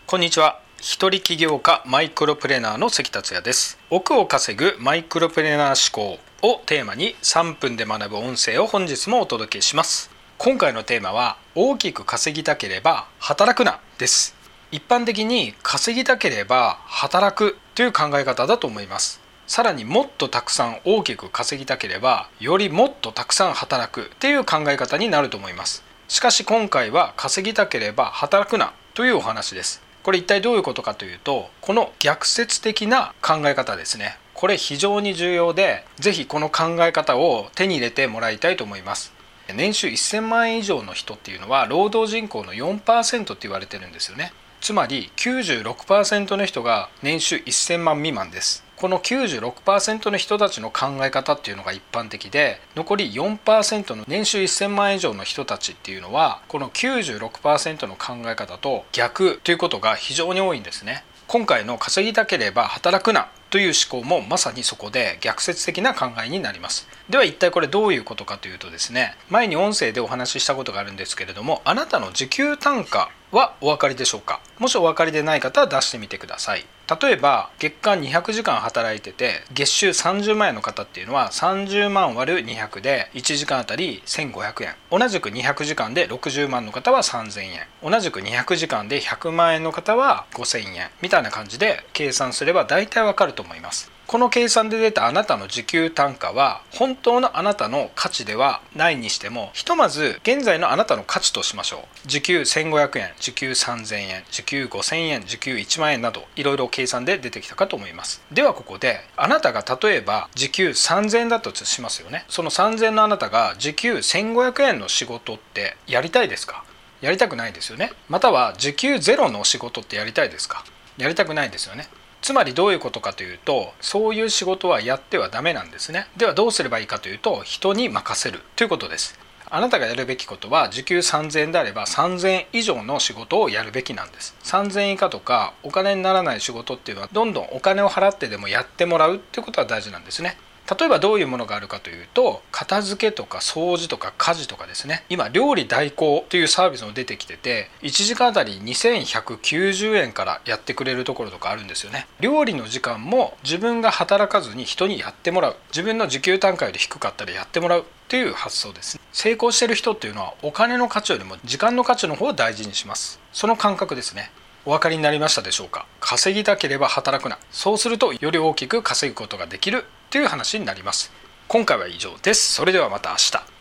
こんにちは。一人起業家マイクロプレーナーの関達也です。億を稼ぐマイクロプレーナー思考をテーマに3分で学ぶ音声を本日もお届けします。今回のテーマは大きく稼ぎたければ働くなです。一般的に稼ぎたければ働くという考え方だと思います。さらにもっとたくさん大きく稼ぎたければよりもっとたくさん働くっていう考え方になると思います。しかし今回は稼ぎたければ働くなというお話です。これ一体どういうことかというと、この逆説的な考え方ですね。これ非常に重要で、ぜひこの考え方を手に入れてもらいたいと思います。年収1000万円以上の人っていうのは労働人口の 4% って言われてるんですよね。つまり 96% の人が年収1000万未満です。この 96% の人たちの考え方っていうのが一般的で、残り 4% の年収1000万円以上の人たちっていうのはこの 96% の考え方と逆ということが非常に多いんですね。今回の稼ぎたければ働くなという思考もまさにそこで逆説的な考えになります。では一体これどういうことかというとですね、前に音声でお話ししたことがあるんですけれども、あなたの時給単価はお分かりでしょうか。もしお分かりでない方は出してみてください。例えば月間200時間働いてて月収30万円の方っていうのは30万割る200で1時間あたり1500円、同じく200時間で60万の方は3000円、同じく200時間で100万円の方は5000円みたいな感じで計算すれば大体わかると思います。この計算で出たあなたの時給単価は本当のあなたの価値ではないにしても、ひとまず現在のあなたの価値としましょう。時給1500円、時給3000円、時給5000円、時給1万円などいろいろ計算で出てきたかと思います。ではここであなたが例えば時給3000円だとしますよね。その3000円のあなたが時給1500円の仕事ってやりたいですか？やりたくないですよね。または時給ゼロの仕事ってやりたいですか？やりたくないですよね。つまりどういうことかというと、そういう仕事はやってはダメなんですね。ではどうすればいいかというと、人に任せるということです。あなたがやるべきことは時給3000円であれば3000円以上の仕事をやるべきなんです。3000円以下とかお金にならない仕事っていうのはどんどんお金を払ってでもやってもらうっていうことが大事なんですね。例えばどういうものがあるかというと、片付けとか掃除とか家事とかですね。今料理代行というサービスも出てきてて、1時間あたり2190円からやってくれるところとかあるんですよね。料理の時間も自分が働かずに人にやってもらう、自分の時給単価より低かったらやってもらうっていう発想です。成功している人っていうのはお金の価値よりも時間の価値の方を大事にします。その感覚ですね。お分かりになりましたでしょうか。稼ぎたければ働くな、そうするとより大きく稼ぐことができるという話になります。今回は以上です。それではまた明日。